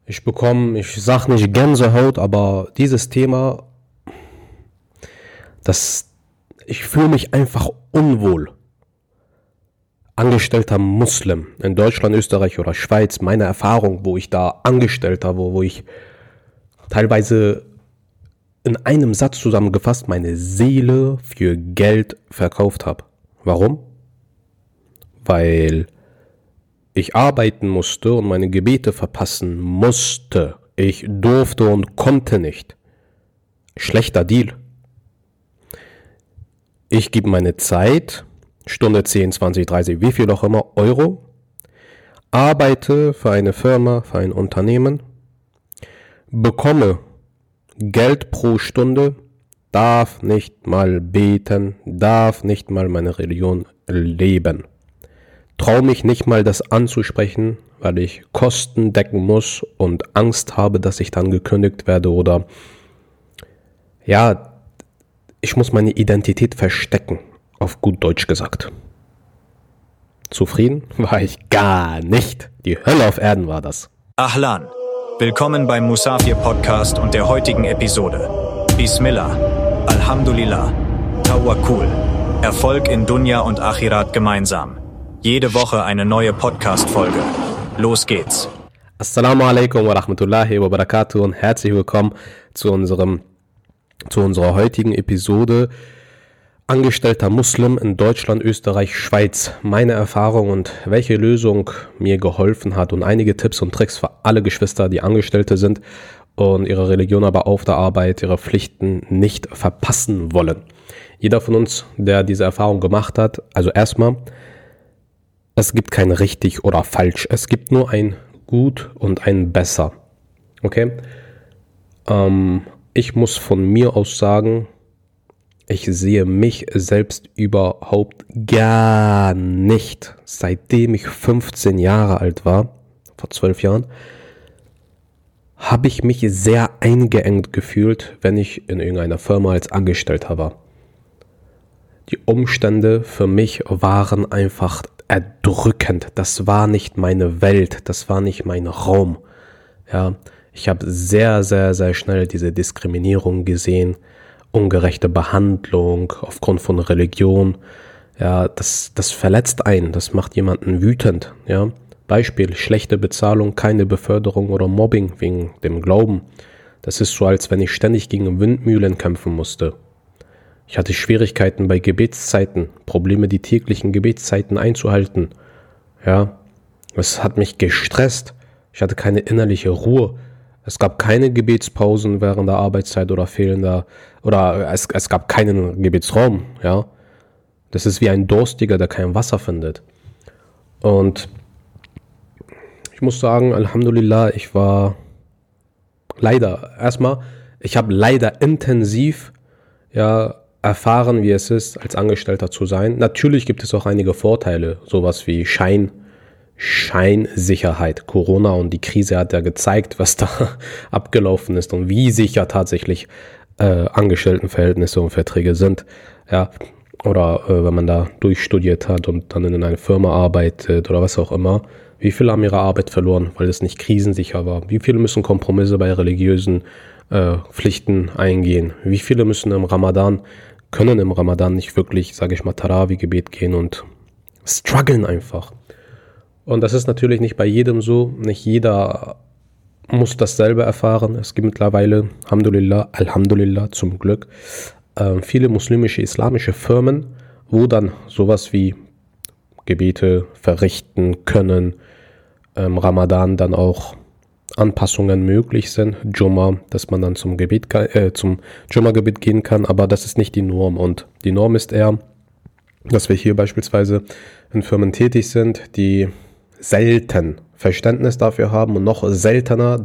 Ich sag nicht Gänsehaut, aber dieses Thema, ich fühle mich einfach unwohl. Angestellter Muslim in Deutschland, Österreich oder Schweiz, meine Erfahrung, wo ich da Angestellter, wo ich teilweise in einem Satz zusammengefasst meine Seele für Geld verkauft habe. Warum? Weil ich arbeiten musste und meine Gebete verpassen musste. Ich durfte und konnte nicht. Schlechter Deal. Ich gebe meine Zeit, Stunde 10, 20, 30, wie viel auch immer, Euro, arbeite für eine Firma, für ein Unternehmen, bekomme Geld pro Stunde, darf nicht mal beten, darf nicht mal meine Religion leben. Traue mich nicht mal, das anzusprechen, weil ich Kosten decken muss und Angst habe, dass ich dann gekündigt werde oder ich muss meine Identität verstecken, auf gut Deutsch gesagt. Zufrieden war ich gar nicht. Die Hölle auf Erden war das. Ahlan, willkommen beim Musafir Podcast und der heutigen Episode. Bismillah, Alhamdulillah, Tawakkul, Erfolg in Dunya und Akhirat gemeinsam. Jede Woche eine neue Podcast-Folge. Los geht's. Assalamu alaikum wa rahmatullahi wa barakatuh und herzlich willkommen zu unserer heutigen Episode Angestellter Muslim in Deutschland, Österreich, Schweiz. Meine Erfahrung und welche Lösung mir geholfen hat und einige Tipps und Tricks für alle Geschwister, die Angestellte sind und ihre Religion aber auf der Arbeit, ihre Pflichten nicht verpassen wollen. Jeder von uns, der diese Erfahrung gemacht hat, also erstmal, es gibt kein richtig oder falsch. Es gibt nur ein gut und ein besser. Okay? Ich muss von mir aus sagen, ich sehe mich selbst überhaupt gar nicht. Seitdem ich 15 Jahre alt war, vor 12 Jahren, habe ich mich sehr eingeengt gefühlt, wenn ich in irgendeiner Firma als Angestellter war. Die Umstände für mich waren einfach erdrückend. Das war nicht meine Welt, das war nicht mein Raum. Ja, ich habe sehr, sehr, sehr schnell diese Diskriminierung gesehen, ungerechte Behandlung aufgrund von Religion. Ja, das verletzt einen, das macht jemanden wütend. Ja, Beispiel, schlechte Bezahlung, keine Beförderung oder Mobbing wegen dem Glauben. Das ist so, als wenn ich ständig gegen Windmühlen kämpfen musste. Ich hatte Schwierigkeiten bei Gebetszeiten, Probleme, die täglichen Gebetszeiten einzuhalten. Ja, es hat mich gestresst. Ich hatte keine innerliche Ruhe. Es gab keine Gebetspausen während der Arbeitszeit oder es gab keinen Gebetsraum. Ja, das ist wie ein Durstiger, der kein Wasser findet. Und ich muss sagen, Alhamdulillah, ich habe leider intensiv erfahren, wie es ist, als Angestellter zu sein. Natürlich gibt es auch einige Vorteile, sowas wie Scheinsicherheit. Corona und die Krise hat ja gezeigt, was da abgelaufen ist und wie sicher tatsächlich Angestelltenverhältnisse und Verträge sind. Ja, oder wenn man da durchstudiert hat und dann in einer Firma arbeitet oder was auch immer. Wie viele haben ihre Arbeit verloren, weil es nicht krisensicher war? Wie viele müssen Kompromisse bei religiösen Pflichten eingehen? Wie viele können im Ramadan nicht wirklich, Tarawih-Gebet gehen und strugglen einfach. Und das ist natürlich nicht bei jedem so. Nicht jeder muss dasselbe erfahren. Es gibt mittlerweile, Alhamdulillah, zum Glück, viele muslimische, islamische Firmen, wo dann sowas wie Gebete verrichten können, Ramadan dann auch Anpassungen möglich sind, Jumma, dass man dann zum Jumma-Gebet gehen kann, aber das ist nicht die Norm. Und die Norm ist eher, dass wir hier beispielsweise in Firmen tätig sind, die selten Verständnis dafür haben und noch seltener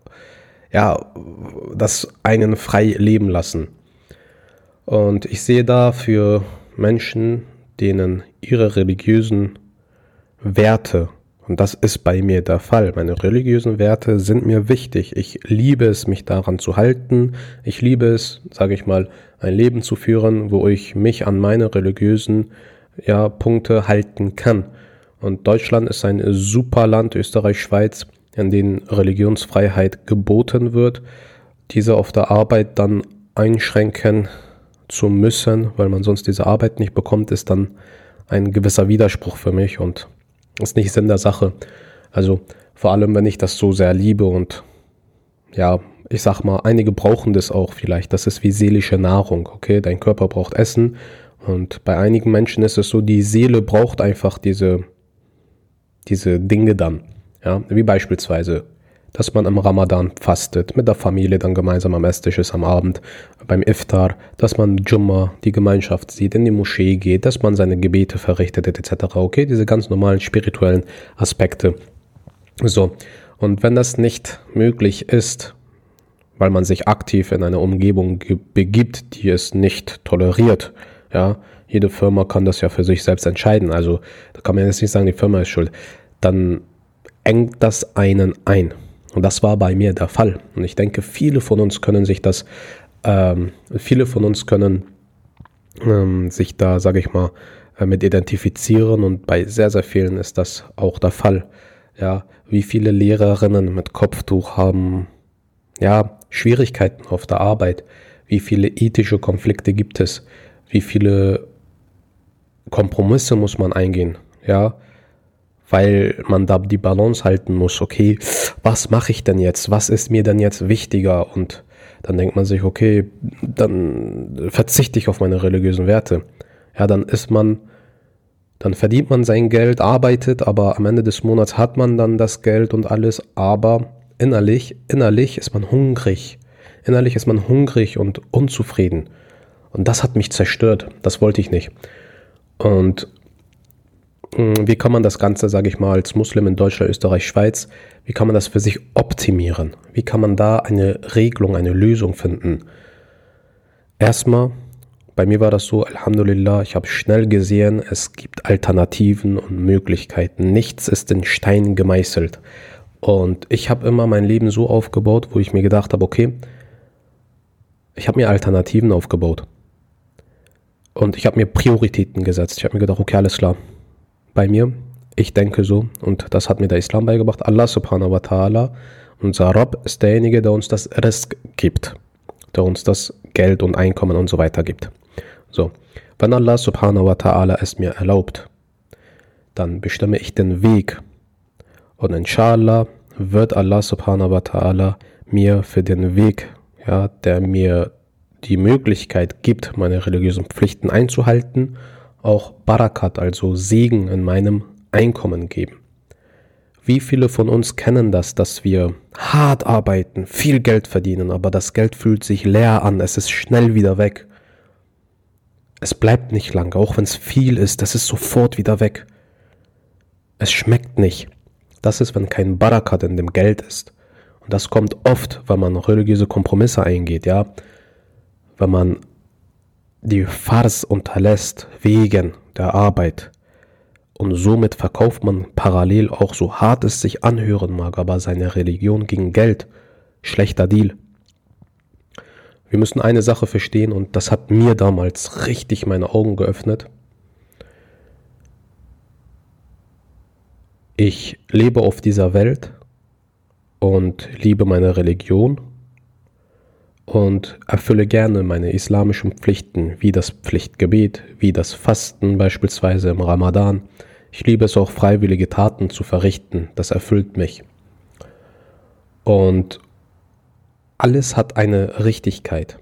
das einen frei leben lassen. Und ich sehe da für Menschen, denen ihre religiösen Werte, und das ist bei mir der Fall, meine religiösen Werte sind mir wichtig. Ich liebe es, mich daran zu halten. Ich liebe es, ein Leben zu führen, wo ich mich an meine religiösen Punkte halten kann. Und Deutschland ist ein super Land, Österreich, Schweiz. in denen Religionsfreiheit geboten wird, diese auf der Arbeit dann einschränken zu müssen, weil man sonst diese Arbeit nicht bekommt, ist dann ein gewisser Widerspruch für mich und ist nicht Sinn der Sache. Also vor allem, wenn ich das so sehr liebe und ja, ich sag mal, einige brauchen das auch vielleicht. Das ist wie seelische Nahrung, okay? Dein Körper braucht Essen und bei einigen Menschen ist es so, die Seele braucht einfach diese Dinge dann. Ja, wie beispielsweise, dass man am Ramadan fastet, mit der Familie dann gemeinsam am Esstisch ist am Abend, beim Iftar, dass man Jumma, die Gemeinschaft sieht, in die Moschee geht, dass man seine Gebete verrichtet etc. Okay, diese ganz normalen spirituellen Aspekte. So, und wenn das nicht möglich ist, weil man sich aktiv in eine Umgebung begibt, die es nicht toleriert, ja, jede Firma kann das ja für sich selbst entscheiden, also da kann man jetzt nicht sagen, die Firma ist schuld, dann engt das einen ein. Und das war bei mir der Fall. Und ich denke, viele von uns können sich da, sage ich mal, mit identifizieren und bei sehr, sehr vielen ist das auch der Fall. Ja, wie viele Lehrerinnen mit Kopftuch haben, ja, Schwierigkeiten auf der Arbeit, wie viele ethische Konflikte gibt es, wie viele Kompromisse muss man eingehen, ja, weil man da die Balance halten muss, okay, was mache ich denn jetzt, was ist mir denn jetzt wichtiger und dann denkt man sich, okay, dann verzichte ich auf meine religiösen Werte, ja, dann verdient man sein Geld, arbeitet, aber am Ende des Monats hat man dann das Geld und alles, aber innerlich ist man hungrig, und unzufrieden und das hat mich zerstört, das wollte ich nicht und wie kann man das Ganze, sage ich mal, als Muslim in Deutschland, Österreich, Schweiz, wie kann man das für sich optimieren? Wie kann man da eine Regelung, eine Lösung finden? Erstmal, bei mir war das so, Alhamdulillah, ich habe schnell gesehen, es gibt Alternativen und Möglichkeiten. Nichts ist in Stein gemeißelt. Und ich habe immer mein Leben so aufgebaut, wo ich mir gedacht habe, okay, ich habe mir Alternativen aufgebaut. Und ich habe mir Prioritäten gesetzt. Ich habe mir gedacht, okay, alles klar. Bei mir, ich denke so, und das hat mir der Islam beigebracht, Allah subhanahu wa ta'ala, unser Rabb ist derjenige, der uns das Rizq gibt, der uns das Geld und Einkommen und so weiter gibt. So, wenn Allah subhanahu wa ta'ala es mir erlaubt, dann bestimme ich den Weg und inshallah wird Allah subhanahu wa ta'ala mir für den Weg, ja, der mir die Möglichkeit gibt, meine religiösen Pflichten einzuhalten, auch Barakat, also Segen in meinem Einkommen geben. Wie viele von uns kennen das, dass wir hart arbeiten, viel Geld verdienen, aber das Geld fühlt sich leer an, es ist schnell wieder weg. Es bleibt nicht lange, auch wenn es viel ist, das ist sofort wieder weg. Es schmeckt nicht. Das ist, wenn kein Barakat in dem Geld ist. Und das kommt oft, wenn man religiöse Kompromisse eingeht, ja. Wenn man die Fars unterlässt wegen der Arbeit und somit verkauft man parallel auch, so hart es sich anhören mag, aber seine Religion gegen Geld. Schlechter Deal. Wir müssen eine Sache verstehen und das hat mir damals richtig meine Augen geöffnet. Ich lebe auf dieser Welt und liebe meine Religion und erfülle gerne meine islamischen Pflichten, wie das Pflichtgebet, wie das Fasten beispielsweise im Ramadan. Ich liebe es auch, freiwillige Taten zu verrichten, das erfüllt mich. Und alles hat eine Richtigkeit.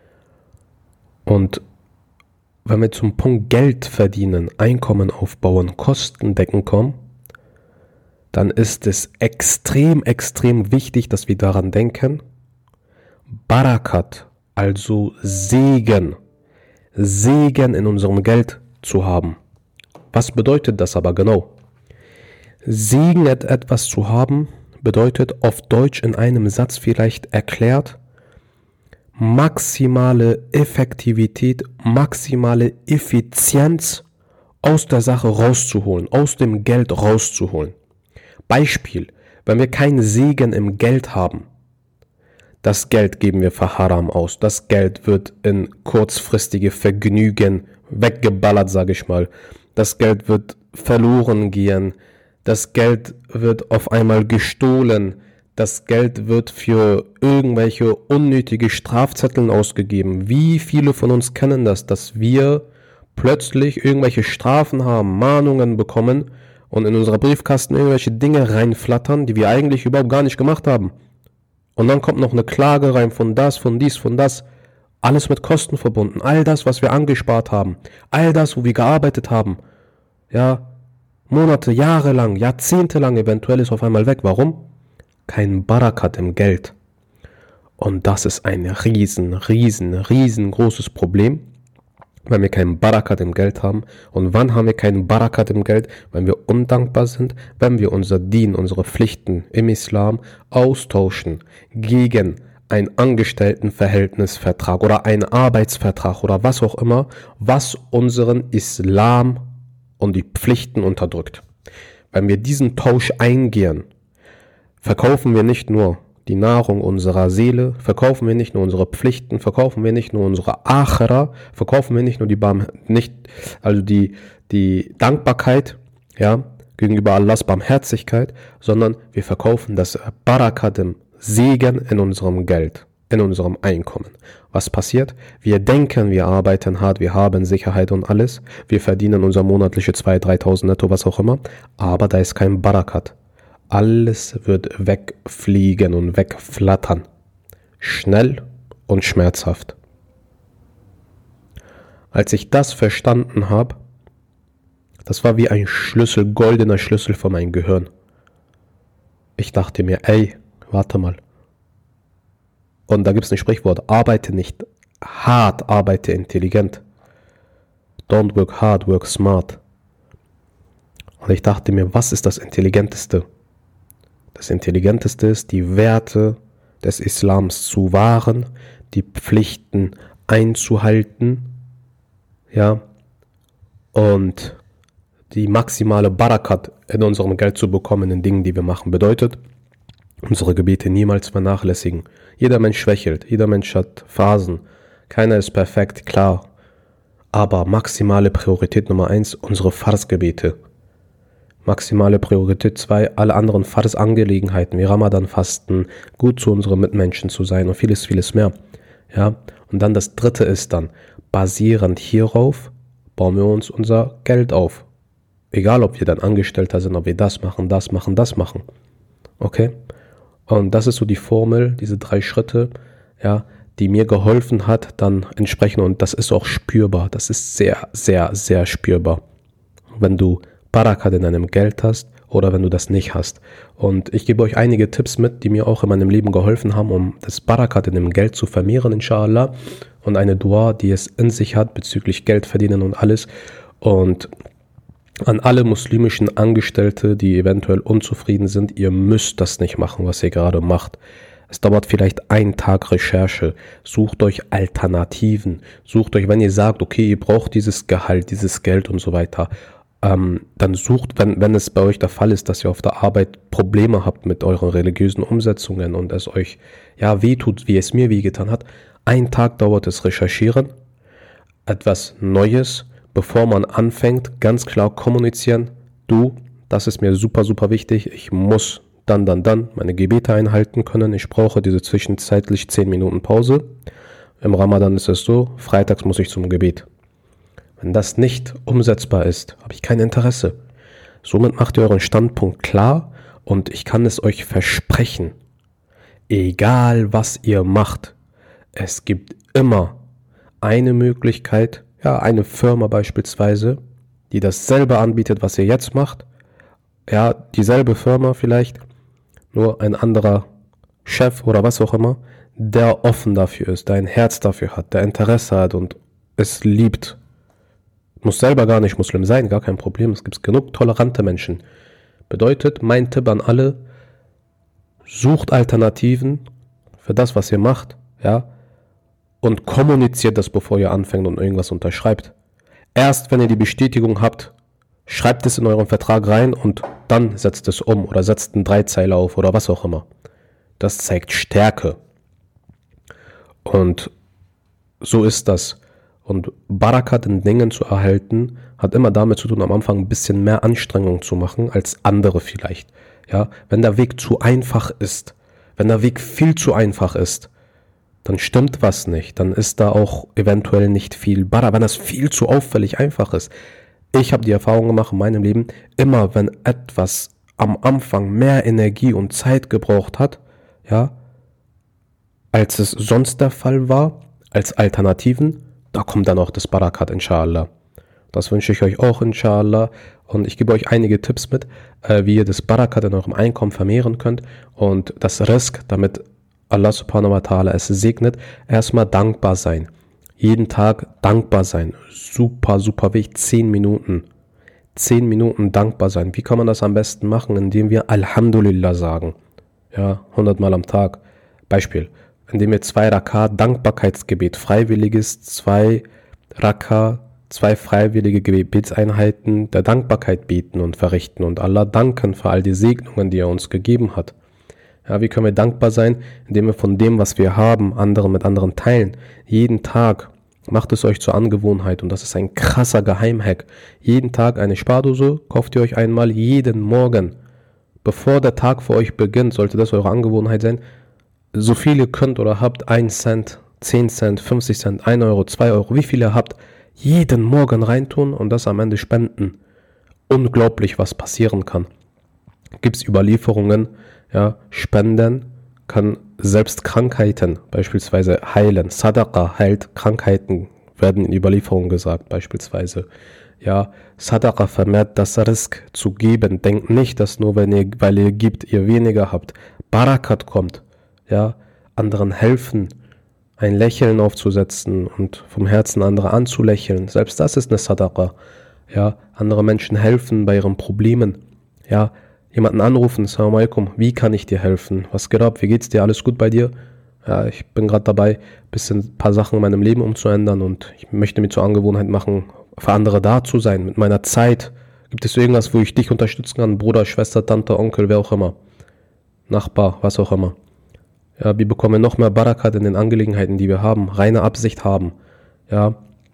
Und wenn wir zum Punkt Geld verdienen, Einkommen aufbauen, Kosten decken kommen, dann ist es extrem, extrem wichtig, dass wir daran denken, Barakat, also Segen in unserem Geld zu haben. Was bedeutet das aber genau? Segen etwas zu haben, bedeutet auf Deutsch in einem Satz vielleicht erklärt, maximale Effektivität, maximale Effizienz aus der Sache rauszuholen, aus dem Geld rauszuholen. Beispiel, wenn wir keinen Segen im Geld haben, das Geld geben wir für Haram aus, das Geld wird in kurzfristige Vergnügen weggeballert, sage ich mal, das Geld wird verloren gehen, Das Geld wird auf einmal gestohlen. Das Geld wird für irgendwelche unnötige Strafzetteln ausgegeben. Wie viele von uns kennen das, dass wir plötzlich irgendwelche Strafen haben, Mahnungen bekommen und in unserer Briefkasten irgendwelche Dinge reinflattern, die wir eigentlich überhaupt gar nicht gemacht haben. Und dann kommt noch eine Klage rein von das, von dies, von das. Alles mit Kosten verbunden. All das, was wir angespart haben. All das, wo wir gearbeitet haben. Ja, Monate, Jahre lang, Jahrzehnte lang eventuell ist auf einmal weg. Warum? Kein Barakat im Geld. Und das ist ein riesengroßes Problem, wenn wir keinen Barakat im Geld haben. Und wann haben wir keinen Barakat im Geld? Wenn wir undankbar sind, wenn wir unser Dien, unsere Pflichten im Islam austauschen gegen einen Angestelltenverhältnisvertrag oder einen Arbeitsvertrag oder was auch immer, was unseren Islam und die Pflichten unterdrückt. Wenn wir diesen Tausch eingehen, verkaufen wir nicht nur die Nahrung unserer Seele, verkaufen wir nicht nur unsere Pflichten, verkaufen wir nicht nur unsere Achera, verkaufen wir nicht nur die Dankbarkeit, ja, gegenüber Allahs Barmherzigkeit, sondern wir verkaufen das Barakat, dem Segen in unserem Geld, in unserem Einkommen. Was passiert? Wir denken, wir arbeiten hart, wir haben Sicherheit und alles, wir verdienen unser monatliche 2.000, 3.000 netto, was auch immer, aber da ist kein Barakat. Alles wird wegfliegen und wegflattern. Schnell und schmerzhaft. Als ich das verstanden habe, das war wie ein Schlüssel, goldener Schlüssel für mein Gehirn. Ich dachte mir, ey, warte mal. Und da gibt es ein Sprichwort, arbeite nicht hart, arbeite intelligent. Don't work hard, work smart. Und ich dachte mir, was ist das Intelligenteste? Das Intelligenteste ist, die Werte des Islams zu wahren, die Pflichten einzuhalten, ja, und die maximale Barakat in unserem Geld zu bekommen in Dingen, die wir machen. Bedeutet, unsere Gebete niemals vernachlässigen. Jeder Mensch schwächelt, jeder Mensch hat Phasen, keiner ist perfekt, klar, aber maximale Priorität Nummer 1, unsere Fars-Gebete. Maximale Priorität 2, alle anderen Fars-Angelegenheiten wie Ramadan-Fasten, gut zu unseren Mitmenschen zu sein und vieles, vieles mehr. Ja? Und dann das dritte ist dann, basierend hierauf bauen wir uns unser Geld auf. Egal, ob wir dann Angestellter sind, ob wir das machen. Okay? Und das ist so die Formel, diese 3 Schritte, ja, die mir geholfen hat, dann entsprechend, und das ist auch spürbar, das ist sehr, sehr, sehr spürbar, wenn du Barakat in deinem Geld hast oder wenn du das nicht hast. Und ich gebe euch einige Tipps mit, die mir auch in meinem Leben geholfen haben, um das Barakat in dem Geld zu vermehren, inshallah. Und eine Dua, die es in sich hat bezüglich Geld verdienen und alles. Und an alle muslimischen Angestellte, die eventuell unzufrieden sind, ihr müsst das nicht machen, was ihr gerade macht. Es dauert vielleicht einen Tag Recherche. Sucht euch Alternativen. Sucht euch, wenn ihr sagt, okay, ihr braucht dieses Gehalt, dieses Geld und so weiter, dann sucht, wenn es bei euch der Fall ist, dass ihr auf der Arbeit Probleme habt mit euren religiösen Umsetzungen und es euch ja wehtut, wie es mir wehgetan hat, einen Tag dauert es Recherchieren, etwas Neues, bevor man anfängt, ganz klar kommunizieren, du, das ist mir super, super wichtig, ich muss dann meine Gebete einhalten können, ich brauche diese zwischenzeitlich 10 Minuten Pause. Im Ramadan ist es so, freitags muss ich zum Gebet. Wenn das nicht umsetzbar ist, habe ich kein Interesse. Somit macht ihr euren Standpunkt klar und ich kann es euch versprechen, egal was ihr macht, es gibt immer eine Möglichkeit, ja, eine Firma beispielsweise, die dasselbe anbietet, was ihr jetzt macht, ja, dieselbe Firma vielleicht, nur ein anderer Chef oder was auch immer, der offen dafür ist, der ein Herz dafür hat, der Interesse hat und es liebt. Muss selber gar nicht Muslim sein, gar kein Problem. Es gibt genug tolerante Menschen. Bedeutet, mein Tipp an alle, sucht Alternativen für das, was ihr macht, ja, und kommuniziert das, bevor ihr anfängt und irgendwas unterschreibt. Erst wenn ihr die Bestätigung habt, schreibt es in euren Vertrag rein und dann setzt es um oder setzt einen Dreizeiler auf oder was auch immer. Das zeigt Stärke. Und so ist das. Und Barakat in Dingen zu erhalten, hat immer damit zu tun, am Anfang ein bisschen mehr Anstrengung zu machen als andere vielleicht. Ja, wenn der Weg zu einfach ist, wenn der Weg viel zu einfach ist, dann stimmt was nicht. Dann ist da auch eventuell nicht viel Barakat, wenn das viel zu auffällig einfach ist. Ich habe die Erfahrung gemacht in meinem Leben, immer wenn etwas am Anfang mehr Energie und Zeit gebraucht hat, ja, als es sonst der Fall war, als Alternativen, da kommt dann auch das Barakat, inshallah. Das wünsche ich euch auch, inshallah. Und ich gebe euch einige Tipps mit, wie ihr das Barakat in eurem Einkommen vermehren könnt und das Rizq, damit Allah subhanahu wa ta'ala es segnet. Erstmal dankbar sein. Jeden Tag dankbar sein. Super, super wichtig. 10 Minuten. 10 Minuten dankbar sein. Wie kann man das am besten machen? Indem wir Alhamdulillah sagen. Ja, 100 Mal am Tag. Beispiel. Indem wir 2 Rakat Dankbarkeitsgebet, freiwilliges 2 Rakat, 2 freiwillige Gebetseinheiten der Dankbarkeit beten und verrichten und Allah danken für all die Segnungen, die er uns gegeben hat. Ja, wie können wir dankbar sein? Indem wir von dem, was wir haben, anderen mit anderen teilen. Jeden Tag. Macht es euch zur Angewohnheit und das ist ein krasser Geheimhack. Jeden Tag eine Spardose, kauft ihr euch einmal jeden Morgen. Bevor der Tag für euch beginnt, sollte das eure Angewohnheit sein. So viel ihr könnt oder habt, 1 Cent, 10 Cent, 50 Cent, 1 Euro, 2 Euro, wie viel ihr habt, jeden Morgen reintun und das am Ende spenden. Unglaublich, was passieren kann. Gibt es Überlieferungen, ja, Spenden kann selbst Krankheiten beispielsweise heilen. Sadaqa heilt Krankheiten, werden in Überlieferungen gesagt beispielsweise. Ja, Sadaqa vermehrt das Rizq zu geben. Denkt nicht, dass nur weil ihr gibt, ihr weniger habt. Barakat kommt. Ja, anderen helfen, ein Lächeln aufzusetzen und vom Herzen andere anzulächeln. Selbst das ist eine Sadaqa. Ja, andere Menschen helfen bei ihren Problemen. Ja, jemanden anrufen, Assalamu alaikum, wie kann ich dir helfen? Was geht ab? Wie geht's dir? Alles gut bei dir? Ja, ich bin gerade dabei, ein paar Sachen in meinem Leben umzuändern und ich möchte mir zur Angewohnheit machen, für andere da zu sein, mit meiner Zeit. Gibt es irgendwas, wo ich dich unterstützen kann? Bruder, Schwester, Tante, Onkel, wer auch immer. Nachbar, was auch immer. Ja, wir bekommen noch mehr Barakat in den Angelegenheiten, die wir haben, reine Absicht haben. Ja,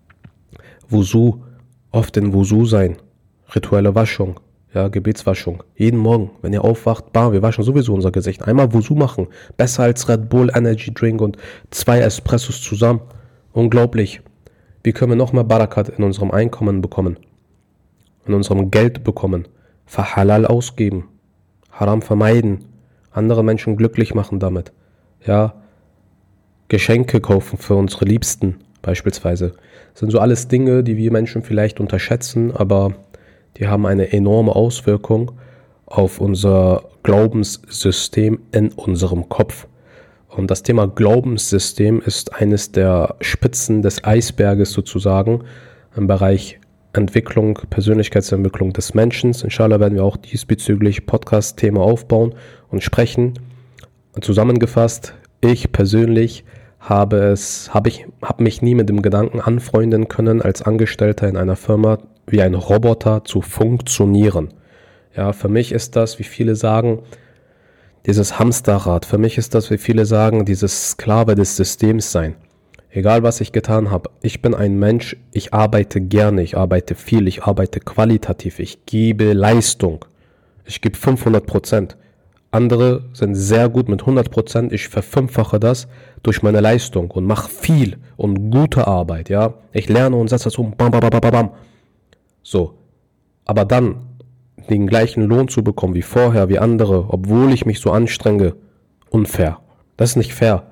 Wusu, oft in Wusu sein, rituelle Waschung, ja, Gebetswaschung. Jeden Morgen, wenn ihr aufwacht, wir waschen sowieso unser Gesicht. Einmal Wusu machen, besser als Red Bull, Energy Drink und 2 Espressos zusammen. Unglaublich. Wie können wir noch mehr Barakat in unserem Einkommen bekommen? In unserem Geld bekommen? Für Halal ausgeben, Haram vermeiden, andere Menschen glücklich machen damit. Ja, Geschenke kaufen für unsere Liebsten beispielsweise. Das sind so alles Dinge, die wir Menschen vielleicht unterschätzen, aber die haben eine enorme Auswirkung auf unser Glaubenssystem in unserem Kopf. Und das Thema Glaubenssystem ist eines der Spitzen des Eisberges sozusagen im Bereich Entwicklung, Persönlichkeitsentwicklung des Menschen. Inshallah werden wir auch diesbezüglich Podcast-Thema aufbauen und sprechen. Zusammengefasst, ich persönlich habe mich nie mit dem Gedanken anfreunden können, als Angestellter in einer Firma wie ein Roboter zu funktionieren. Ja, für mich ist das, wie viele sagen, dieses Hamsterrad. Für mich ist das, wie viele sagen, dieses Sklave des Systems sein. Egal, was ich getan habe, ich bin ein Mensch, ich arbeite gerne, ich arbeite viel, ich arbeite qualitativ, ich gebe Leistung. Ich gebe 500%. Andere sind sehr gut mit 100%. Ich verfünffache das durch meine Leistung und mache viel und gute Arbeit. Ja, ich lerne und setze das um. Bam, bam, bam, bam, bam. So, aber dann den gleichen Lohn zu bekommen wie vorher, wie andere, obwohl ich mich so anstrenge, unfair. Das ist nicht fair.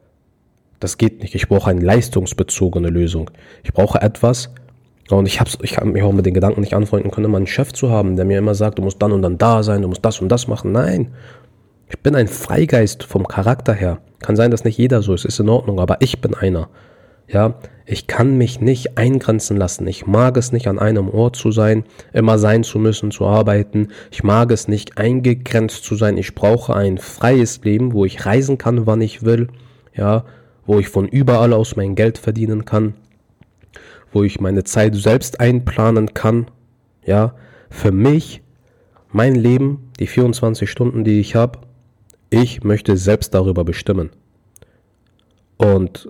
Das geht nicht. Ich brauche eine leistungsbezogene Lösung. Ich brauche etwas. Und ich habe mich auch mit den Gedanken nicht anfreunden können, immer einen Chef zu haben, der mir immer sagt, du musst dann und dann da sein, du musst das und das machen. Nein, ich bin ein Freigeist vom Charakter her. Kann sein, dass nicht jeder so ist in Ordnung, aber ich bin einer. Ja, ich kann mich nicht eingrenzen lassen. Ich mag es nicht, an einem Ort zu sein, immer sein zu müssen, zu arbeiten. Ich mag es nicht, eingegrenzt zu sein. Ich brauche ein freies Leben, wo ich reisen kann, wann ich will. Ja, wo ich von überall aus mein Geld verdienen kann. Wo ich meine Zeit selbst einplanen kann, ja, für mich, mein Leben, die 24 Stunden, die ich habe, ich möchte selbst darüber bestimmen. Und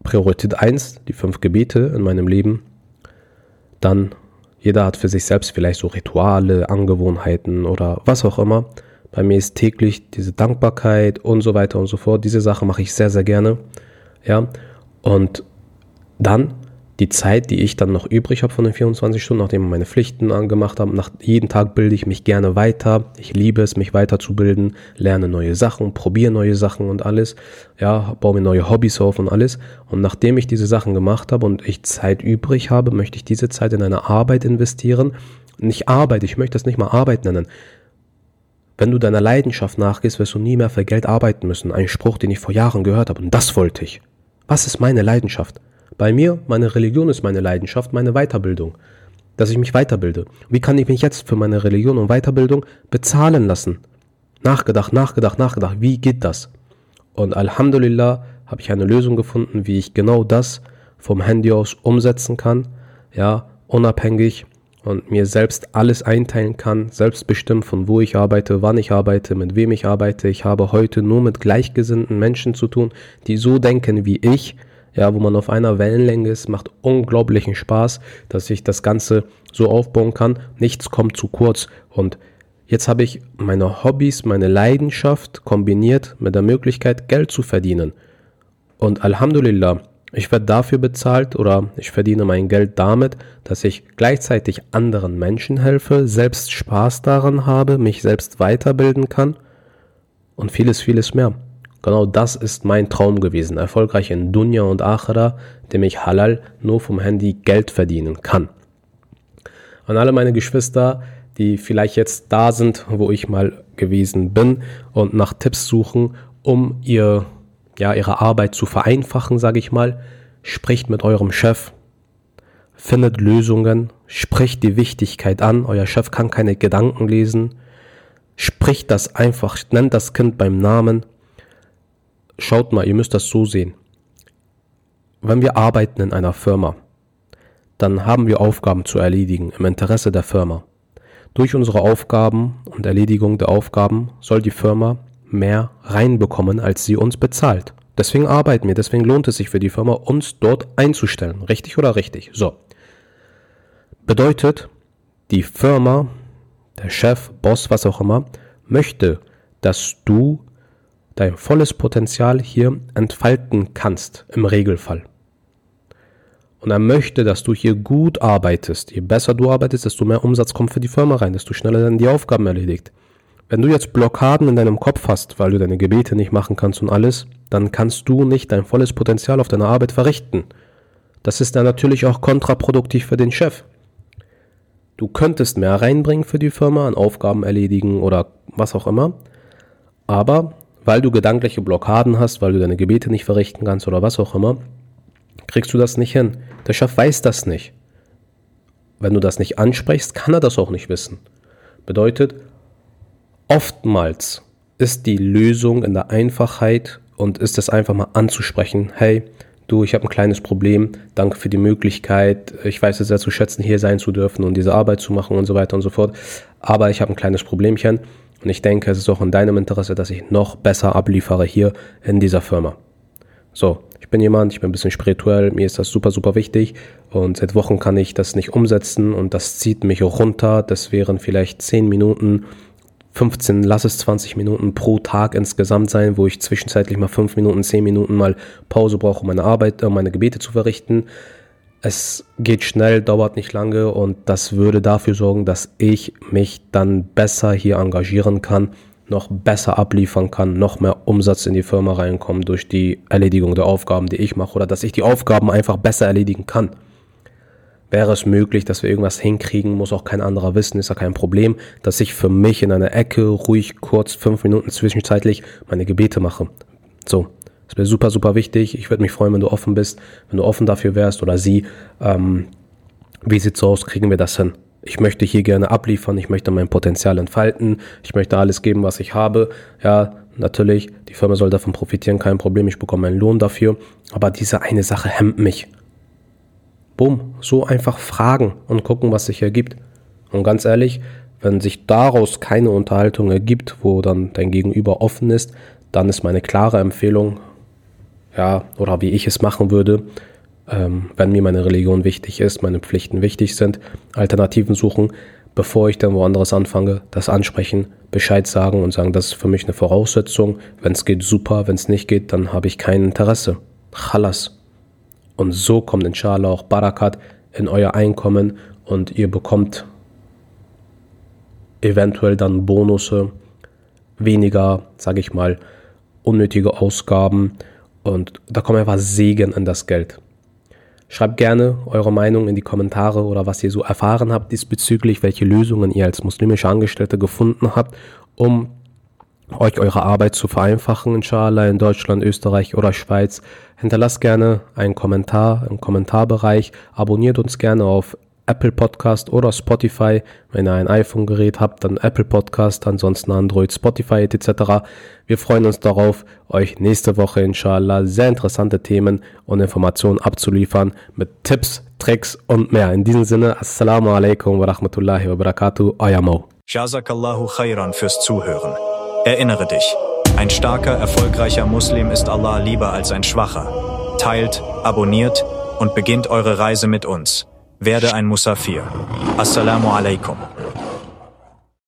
Priorität 1, die 5 Gebete in meinem Leben. Dann, jeder hat für sich selbst vielleicht so Rituale, Angewohnheiten oder was auch immer. Bei mir ist täglich diese Dankbarkeit und so weiter und so fort. Diese Sachen mache ich sehr, sehr gerne. Ja, und dann die Zeit, die ich dann noch übrig habe von den 24 Stunden, nachdem ich meine Pflichten angemacht habe, jeden Tag bilde ich mich gerne weiter. Ich liebe es, mich weiterzubilden, lerne neue Sachen, probiere neue Sachen und alles. Ja, baue mir neue Hobbys auf und alles. Und nachdem ich diese Sachen gemacht habe und ich Zeit übrig habe, möchte ich diese Zeit in eine Arbeit investieren. Nicht Arbeit, ich möchte das nicht mal Arbeit nennen. Wenn du deiner Leidenschaft nachgehst, wirst du nie mehr für Geld arbeiten müssen. Ein Spruch, den ich vor Jahren gehört habe. Und das wollte ich. Was ist meine Leidenschaft? Bei mir, meine Religion ist meine Leidenschaft, meine Weiterbildung. Dass ich mich weiterbilde. Wie kann ich mich jetzt für meine Religion und Weiterbildung bezahlen lassen? Nachgedacht. Wie geht das? Und Alhamdulillah habe ich eine Lösung gefunden, wie ich genau das vom Handy aus umsetzen kann. Ja, unabhängig und mir selbst alles einteilen kann, selbstbestimmt, von wo ich arbeite, wann ich arbeite, mit wem ich arbeite. Ich habe heute nur mit gleichgesinnten Menschen zu tun, die so denken wie ich, ja, wo man auf einer Wellenlänge ist, macht unglaublichen Spaß, dass ich das Ganze so aufbauen kann. Nichts kommt zu kurz. Und jetzt habe ich meine Hobbys, meine Leidenschaft kombiniert mit der Möglichkeit, Geld zu verdienen. Und Alhamdulillah, ich werde dafür bezahlt oder ich verdiene mein Geld damit, dass ich gleichzeitig anderen Menschen helfe, selbst Spaß daran habe, mich selbst weiterbilden kann und vieles, vieles mehr. Genau das ist mein Traum gewesen, erfolgreich in Dunya und Akhira, indem ich halal nur vom Handy Geld verdienen kann. An alle meine Geschwister, die vielleicht jetzt da sind, wo ich mal gewesen bin und nach Tipps suchen, um ihre Arbeit zu vereinfachen, sage ich mal, spricht mit eurem Chef, findet Lösungen, spricht die Wichtigkeit an, euer Chef kann keine Gedanken lesen, spricht das einfach, nennt das Kind beim Namen. Schaut mal, ihr müsst das so sehen. Wenn wir arbeiten in einer Firma, dann haben wir Aufgaben zu erledigen im Interesse der Firma. Durch unsere Aufgaben und Erledigung der Aufgaben soll die Firma mehr reinbekommen, als sie uns bezahlt. Deswegen arbeiten wir, deswegen lohnt es sich für die Firma, uns dort einzustellen. Richtig oder richtig? So. Bedeutet, die Firma, der Chef, Boss, was auch immer, möchte, dass du dein volles Potenzial hier entfalten kannst, im Regelfall. Und er möchte, dass du hier gut arbeitest. Je besser du arbeitest, desto mehr Umsatz kommt für die Firma rein, desto schneller dann die Aufgaben erledigt. Wenn du jetzt Blockaden in deinem Kopf hast, weil du deine Gebete nicht machen kannst und alles, dann kannst du nicht dein volles Potenzial auf deiner Arbeit verrichten. Das ist dann natürlich auch kontraproduktiv für den Chef. Du könntest mehr reinbringen für die Firma, an Aufgaben erledigen oder was auch immer, aber weil du gedankliche Blockaden hast, weil du deine Gebete nicht verrichten kannst oder was auch immer, kriegst du das nicht hin. Der Chef weiß das nicht. Wenn du das nicht ansprichst, kann er das auch nicht wissen. Bedeutet, oftmals ist die Lösung in der Einfachheit und ist es einfach mal anzusprechen. Hey, du, ich habe ein kleines Problem, danke für die Möglichkeit, ich weiß es sehr zu schätzen, hier sein zu dürfen und diese Arbeit zu machen und so weiter und so fort, aber ich habe ein kleines Problemchen. Und ich denke, es ist auch in deinem Interesse, dass ich noch besser abliefere hier in dieser Firma. So, ich bin ein bisschen spirituell, mir ist das super, super wichtig und seit Wochen kann ich das nicht umsetzen und das zieht mich runter. Das wären vielleicht 10 Minuten, 15, lass es 20 Minuten pro Tag insgesamt sein, wo ich zwischenzeitlich mal 5 Minuten, 10 Minuten mal Pause brauche, um meine Gebete zu verrichten. Es geht schnell, dauert nicht lange und das würde dafür sorgen, dass ich mich dann besser hier engagieren kann, noch besser abliefern kann, noch mehr Umsatz in die Firma reinkommt durch die Erledigung der Aufgaben, die ich mache oder dass ich die Aufgaben einfach besser erledigen kann. Wäre es möglich, dass wir irgendwas hinkriegen, muss auch kein anderer wissen, ist ja kein Problem, dass ich für mich in einer Ecke ruhig kurz 5 Minuten zwischenzeitlich meine Gebete mache. So. Das wäre super, super wichtig. Ich würde mich freuen, wenn du offen bist, wenn du offen dafür wärst oder sie. Wie sieht's aus? Kriegen wir das hin? Ich möchte hier gerne abliefern. Ich möchte mein Potenzial entfalten. Ich möchte alles geben, was ich habe. Ja, natürlich, die Firma soll davon profitieren, kein Problem. Ich bekomme einen Lohn dafür. Aber diese eine Sache hemmt mich. Bumm, so einfach fragen und gucken, was sich ergibt. Und ganz ehrlich, wenn sich daraus keine Unterhaltung ergibt, wo dann dein Gegenüber offen ist, dann ist meine klare Empfehlung, ja, oder wie ich es machen würde, wenn mir meine Religion wichtig ist, meine Pflichten wichtig sind, Alternativen suchen, bevor ich dann woanders anfange, das ansprechen, Bescheid sagen und sagen, das ist für mich eine Voraussetzung. Wenn es geht, super. Wenn es nicht geht, dann habe ich kein Interesse. Khalas. Und so kommt inshallah auch Barakat in euer Einkommen und ihr bekommt eventuell dann Bonusse, weniger, sage ich mal, unnötige Ausgaben und da kommt einfach Segen in das Geld. Schreibt gerne eure Meinung in die Kommentare oder was ihr so erfahren habt diesbezüglich, welche Lösungen ihr als muslimische Angestellte gefunden habt, um euch eure Arbeit zu vereinfachen, inshallah, in Deutschland, Österreich oder Schweiz. Hinterlasst gerne einen Kommentar im Kommentarbereich, abonniert uns gerne auf Apple Podcast oder Spotify. Wenn ihr ein iPhone-Gerät habt, dann Apple Podcast, ansonsten Android, Spotify etc. Wir freuen uns darauf, euch nächste Woche inshallah sehr interessante Themen und Informationen abzuliefern mit Tipps, Tricks und mehr. In diesem Sinne, Assalamu alaikum wa rahmatullahi wa barakatuh, euer Mo. Jazakallahu khairan fürs Zuhören. Erinnere dich, ein starker, erfolgreicher Muslim ist Allah lieber als ein schwacher. Teilt, abonniert und beginnt eure Reise mit uns. Werde ein Musafir. Assalamu alaikum.